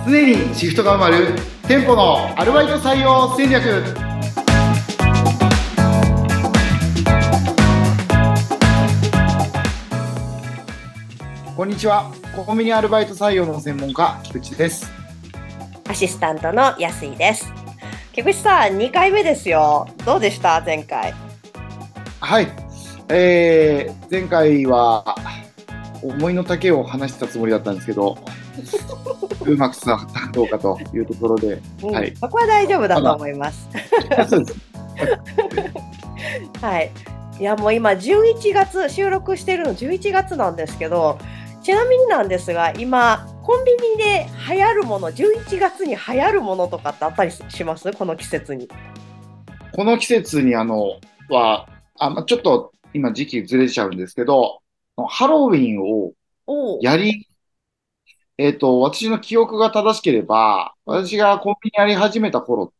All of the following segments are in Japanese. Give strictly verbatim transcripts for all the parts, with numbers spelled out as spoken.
常にシフトが埋まる店舗のアルバイト採用戦略。こんにちは。コンビニアルバイト採用の専門家、菊池です。 アシスタントの安井です。菊池さん、にかいめですよ。どうでした前回？ はい、えー、前回は思いの丈を話したつもりだったんですけどうまく伝わったかどうかというところで、 うん、 はい、 そこは大丈夫だと思います。 そうですはい。いや、もう今じゅういちがつ、収録してるのじゅういちがつなんですけど、ちなみになんですが、今コンビニで流行るもの、じゅういちがつに流行るものとかってあったりしますこの季節に？ この季節にあのはあ、まあ、ちょっと今時期ずれちゃうんですけど、ハロウィンをおう、 やり、えっと、私の記憶が正しければ、 うん、 私がコンビニやり始めた頃って、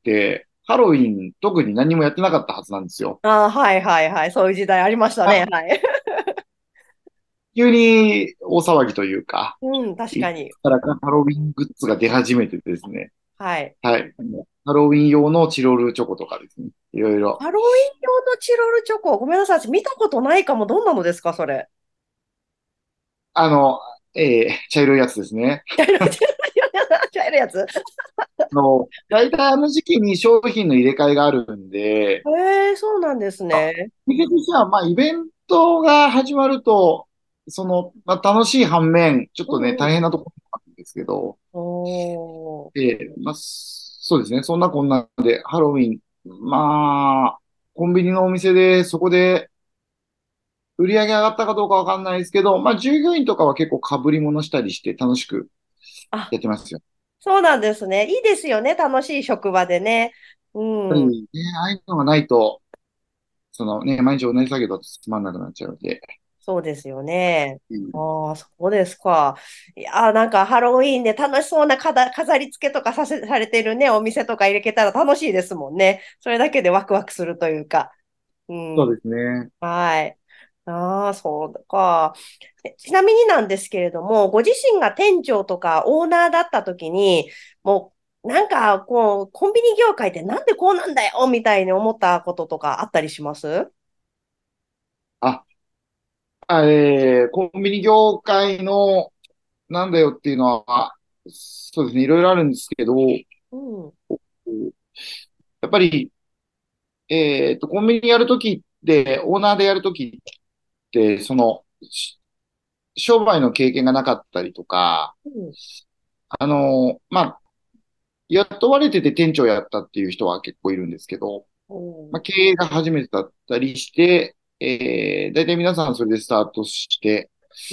ハロウィン特に何もやってなかったはずなんですよ。 あー、はいはいはい。そういう時代ありましたね。 あ、 はい。 急に大騒ぎというか、 うん、確いつかに。 からかハロウィングッズが出始めてですね。 はい。 はい。ハロウィン用のチロルチョコとかですね。いろいろ。 ハロウィン用のチロルチョコ。ごめんなさい。見たことないかも。どんなのですか、それ？ あの、えー茶色いやつですね。 茶色い、茶色いやつ。 あの、大体あの時期に商品の入れ替えがあるんで、 へえ、そうなんですあ、 ね。 結局さ、まあ、イベントが始まると、その、まあ、楽しい反面、ちょっとね、 うんうん。 大変なところもあるんですけど、 おー。 で、まあ、そうですね、そんなこんなで、ハロウィン、まあ、コンビニのお店で、そこで売り上げ上がったかどうかわかんないですけど、まあ、従業員とかは結構被り物したりして楽しくあ、 やってますよ。 そうなんですね。いいですよね。楽しい職場でね。うやっぱん。 りね、ああいうのがないと、そのね、毎日同じ作業だとつまんなくなっちゃうので、 そうですよね。 うん、 ああ、そうですか。いやー、なんかハロウィーンで楽しそうな飾飾り付けとかさせ、されてるね、お店とか入れけたら楽しいですもんね。それだけでワクワクするというか。うん。 そうですね。 はい。ああ、そうか。えちなみになんですけれども、ご自身が店長とかオーナーだった時に、もう、なんか、こう、コンビニ業界ってなんでこうなんだよみたいに思ったこととかあったりします？ あ、あえーコンビニ業界のなんだよっていうのは、そうですね、いろいろあるんですけど、 うん。 やっぱり、えっと、コンビニやるときって、オーナーでやるときって、その、し商売の経験がなかったりとか、 うん。 あの、まあ、雇われてて店長やったっていう人は結構いるんですけど、 おまあ、 ー。 経営が初めてだったりして、えー、大体皆さんそれでスタートして、 うん。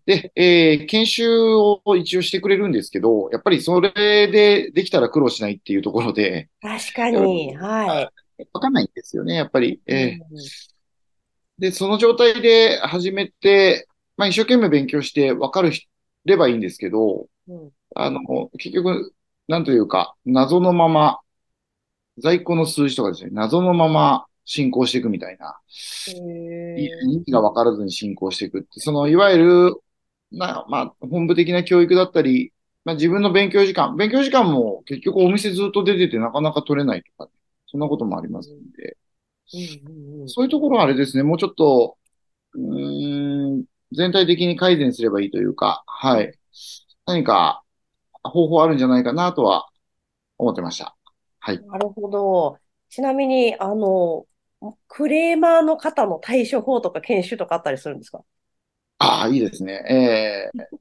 で、えー研修を一応してくれるんですけど、やっぱりそれでできたら苦労しないっていうところで、 確かやっに、はい。 ぱわかんないんですよね、やっぱり。 うえーん。 で、その状態で始めて、まあ一生懸命勉強して分かるればいいんですけど、 うん。 あの、結局、なんというか、謎のまま、在庫の数字とかですね、謎のまま進行していくみたいな、 へいえ。 意味が分からずに進行していくって、その、いわゆる、な、まあ、本部的な教育だったり、まあ自分の勉強時間、勉強時間も結局お店ずっと出ててなかなか取れないとか、そんなこともありますんで、 うん。うん。 そういうところはあれですね、もうちょっと、うーん、全体的に改善すればいいというか、 うん。 はい。何か方法あるんじゃないかなとは思ってました。はい。 なるほど。ちなみに、あの、クレーマーの方の対処法とか研修とかあったりするんですか？ ああ、いいですね。えー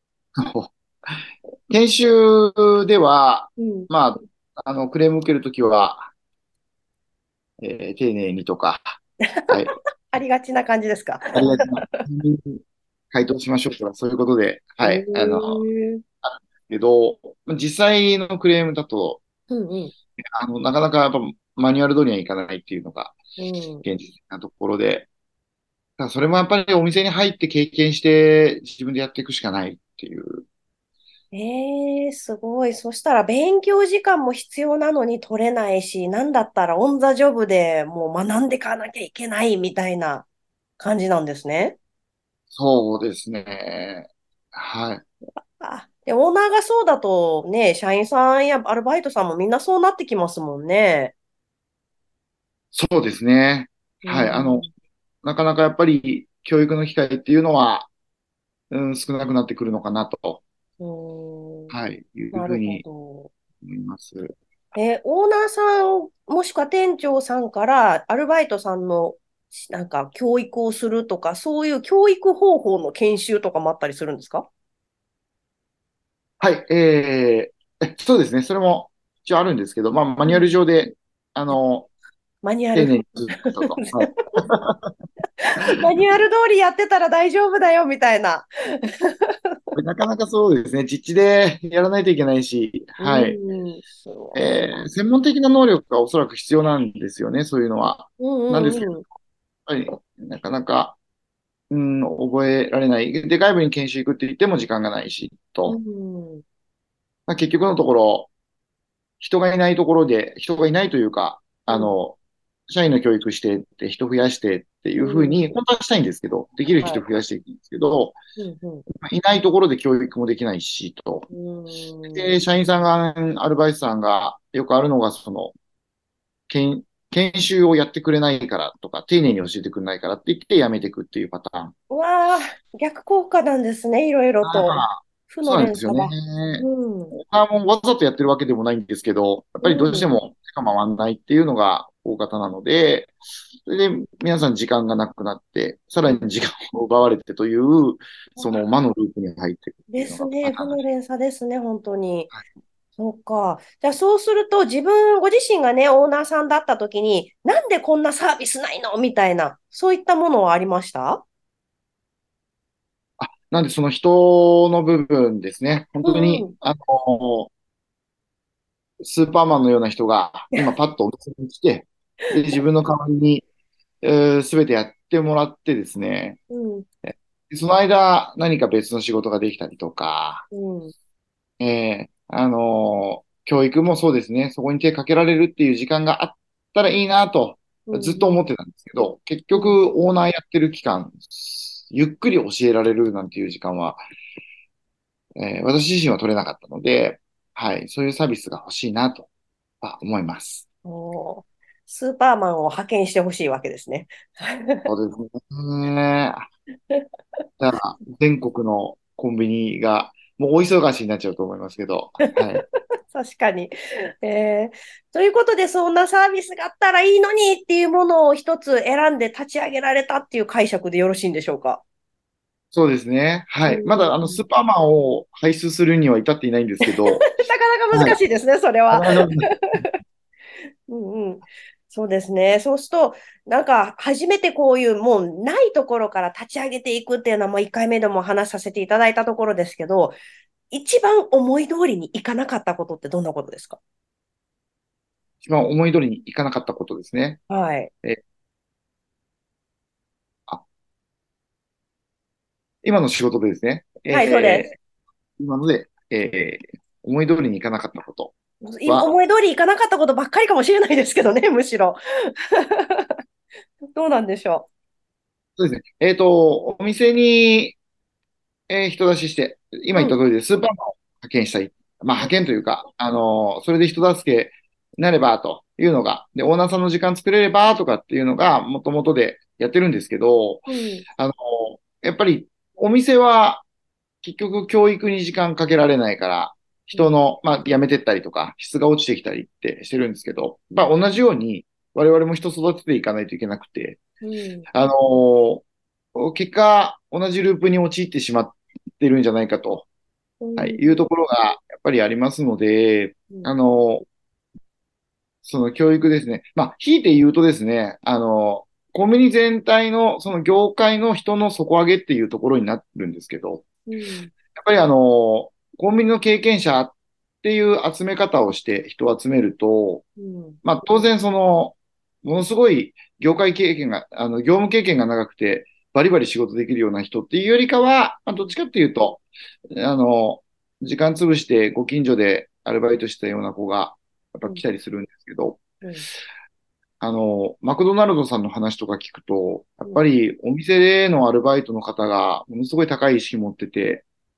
研修では、 うん。 まあ、あの、クレーム受けるときは、えー丁寧にとか、はい。 ありがちな感じですか？ ありがちな、回答しましょうとか、そういうことで、 へはい。あの、 え。 けど、実際のクレームだと、 うんうん。 あの、なかなかやっぱマニュアル通りにはいかないっていうのがうん。 現実的なところで、ただそれもやっぱりお店に入って経験して自分でやっていくしかないっていう。 ええ、すごい。そしたら勉強時間も必要なのに取れないし、なんだったらオンザジョブでもう学んでいかなきゃいけないみたいな感じなんですね。 そうですね。 はい。 あ、で、オーナーがそうだとね、社員さんやアルバイトさんもみんなそうなってきますもんね。 そうですね。 うはい。あの、 ん。 なかなかやっぱり教育の機会っていうのは、うん、少なくなってくるのかなと、 うん。 はい、いうなるほふうにど。 思います。 え、オーナーさん、もしくは店長さんからアルバイトさんのなんか教育をするとか、そういう教育方法の研修とかもあったりするんですか？ はい、えー、えそうですね。それも一応あるんですけど、まあ、マニュアルうん。 上で、あやの、 マニュアル。 丁寧にずっとと。はい。 マニュアル通りやってたら大丈夫だよ、みたいな。 なかなかそうですね。実地でやらないといけないし、 うはい。 ん、そう。 えー、専門的な能力がおそらく必要なんですよね、そういうのは。 うなんですけんうんど、やっぱりなかなか、うん、覚えられない。で、外部に研修行くって言っても時間がないし、 うと。 ん。うん。 まあ、結局のところ、人がいないところで、人がいないというか、 うん。 あの、社員の教育してって、人増やしてっていううふうに、 ん。 本当はしたいんですけど、できるはい。 人増やしていくんですけど、 うんうん。 まあいないところで教育もできないし、と。 うん。 で、社員さんが、アルバイトさんが、よくあるのが、その、研、研修をやってくれないからとか、丁寧に教えてくれないからって言って辞めていくっていうパターン。 うわあ、逆効果なんですね、いろいろと。 ああ、 負のそうなんですよ連鎖だ。 ね。 うん。 あもうわざとやってるわけでもないんですけど、やっぱりどうしてうん。 も手が回らないっていうのが大方なので、それで皆さん時間がなくなって、さらに時間を奪われてという、その魔のループに入っていくっていうのがパですね。 ターンです。 負の連鎖ですね、本当に。そうか。じゃあ、そうすると、自分、ご自身がね、オーナーさんだった時に、なんでこんなサービスないのみたいな、そういったものはありました？ あ、なんでその人の部分ですね。本当に、 うんうん。 あの、スーパーマンのような人が今パッとお店に来て、で、自分の代わりに、すべてやってもらってですね、 うん。 でその間何か別の仕事ができたりとか、 うん。 ええあのー教育もそうですね。そこに手かけられるっていう時間があったらいいなと、 うん。 ずっと思ってたんですけど、結うん。 局、オーナーやってる期間、ゆっくり教えられるなんていう時間は、えー私自身は取れなかったので、はい、そういうサービスが欲しいなとは思います。 おー、スーパーマンを派遣してほしいわけですね。 そうですね。だから全国のコンビニが、もう大忙しになっちゃうと思いますけど、はい。 確かに。えー、ということで、そんなサービスがあったらいいのにっていうものを一つ選んで立ち上げられたっていう解釈でよろしいんでしょうか？ そうですね。はうい。まだ、あの、スん。 ーパーマンを輩出するには至っていないんですけど、 なかなかはい。 難しいですね、それは。 なかなかうんうん。そうですね。そうすると、なんか、初めてこういう、もうないところから立ち上げていくっていうのは、もういっかいめでも話させていただいたところですけど、一番思い通りにいかなかったことってどんなことですか？ 一番思い通りにいかなかったことですね。 はい。 え、あ、今の仕事でですね、 はい、そうでえー、 す。 今ので、えー、思い通りにいかなかったことは、 い思い通りいかなかったことばっかりかもしれないですけどね、むしろ。どうなんでしょそうですね。えっと、お店に、えー人出しして、今う。うん。 言った通りでスーパーマンを派遣したい。まあ、派遣というか、あのーそれで人助けになればというのが、で、オーナーさんの時間作れればとかっていうのが、もともとでやってるんですけど、 うん。 あのーやっぱり、お店は結局教育に時間かけられないから、 うん。 人の、まあ、辞めてったりとか、質が落ちてきたりってしてるんですけど、まあ、同じように、我々も人育てていかないといけなくて、 うん。 あのー結果、同じループに陥ってしまってるんじゃないかと、はい、 うん。 いうところがやっぱりありますので、 うん。 あのーその教育ですね。まあ、ひいて言うとですね、あのーコンビニ全体の、その業界の人の底上げっていうところになるんですけど、 うん。 やっぱりあの、コンビニの経験者っていう集め方をして人を集めると、 うん。 まあ当然その、ものすごい業界経験が、あの、業務経験が長くて、バリバリ仕事できるような人っていうよりかは、まあどっちかっていうと、あの、時間潰してご近所でアルバイトしたような子が、やっぱ来うん。 たりするんですけど、 うん。 あの、マクドナルドさんの話とか聞くと、やっぱうん。 りお店でのアルバイトの方がものすごい高い意識持ってて、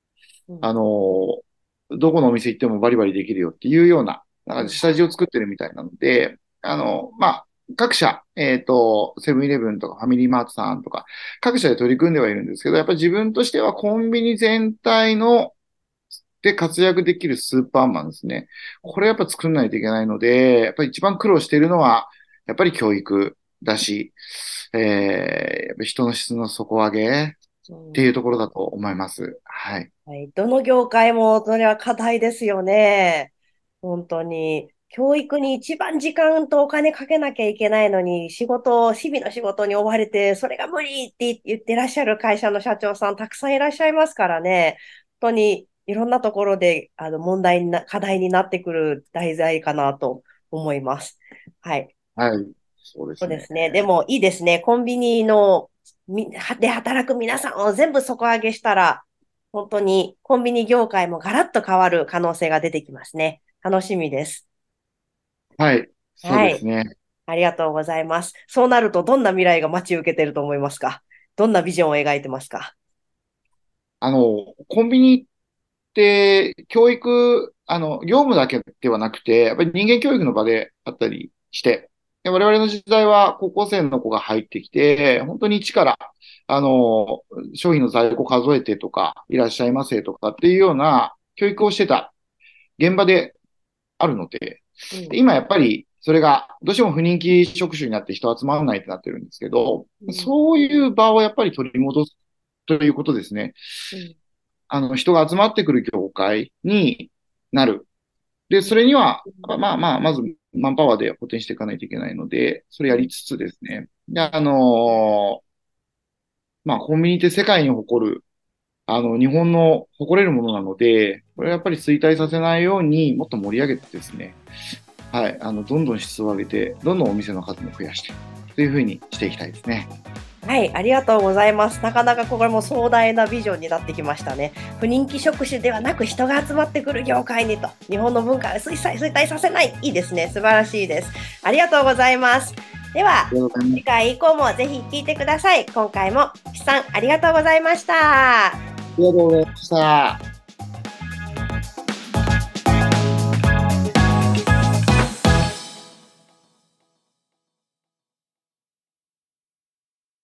うん、 あの、どこのお店行ってもバリバリできるよっていうような、なんか下地を作ってるみたいなので、あの、まあ、各社、えっと、セブンイレブンとかファミリーマートさんとか、各社で取り組んではいるんですけど、やっぱり自分としてはコンビニ全体ので活躍できるスーパーマンですね。これやっぱ作んないといけないので、やっぱり一番苦労しているのは、やっぱり教育だし、えー、やっぱ人の質の底上げっていううん、 ところだと思います。はい。 はい。どの業界もそれは課題ですよね。本当に。教育に一番時間とお金かけなきゃいけないのに、仕事、日々の仕事に追われて、それが無理って言ってらっしゃる会社の社長さんたくさんいらっしゃいますからね。本当にいろんなところであの問題にな、課題になってくる題材かなと思います。はい。 はい。そうですね。 そうですね。でもいいですね。コンビニのみで働く皆さんを全部底上げしたら、本当にコンビニ業界もガラッと変わる可能性が出てきますね。楽しみです。 はい。そうはい。 ですね。 ありがとうございます。そうなるとどんな未来が待ち受けてると思いますか？どんなビジョンを描いてますか？ あの、コンビニって教育、あの、業務だけではなくて、やっぱり人間教育の場であったりして、で我々の時代は高校生の子が入ってきて、本当に一から、あの、商品の在庫数えてとか、いらっしゃいませとかっていうような教育をしてた現場であるので、 うん、 で今やっぱりそれがどうしても不人気職種になって人集まらないってなってるんですけど、 うん、 そういう場をやっぱり取り戻すということですね。 うん、 あの、人が集まってくる業界になる。で、 うん、 それには、まあまあ、まず、マンパワーで補填していかないといけないので、それやりつつですね。で、あのーまあ、コンビニって世界に誇る、あの、日本の誇れるものなので、これはやっぱり衰退させないようにもっと盛り上げてですね、はい、あの、どんどん質を上げて、どんどんお店の数も増やして、というふうにしていきたいですね。 はい、ありがとうございます。なかなかこれも壮大なビジョンになってきましたね。不人気職種ではなく人が集まってくる業界にと、日本の文化を衰退衰退させない。いいですね。素晴らしいです。ありがとうございます。では、 ありがとうございます。 次回以降もぜひ聞いてください。今回も岸さんありがとうございました。 ありがとうございました。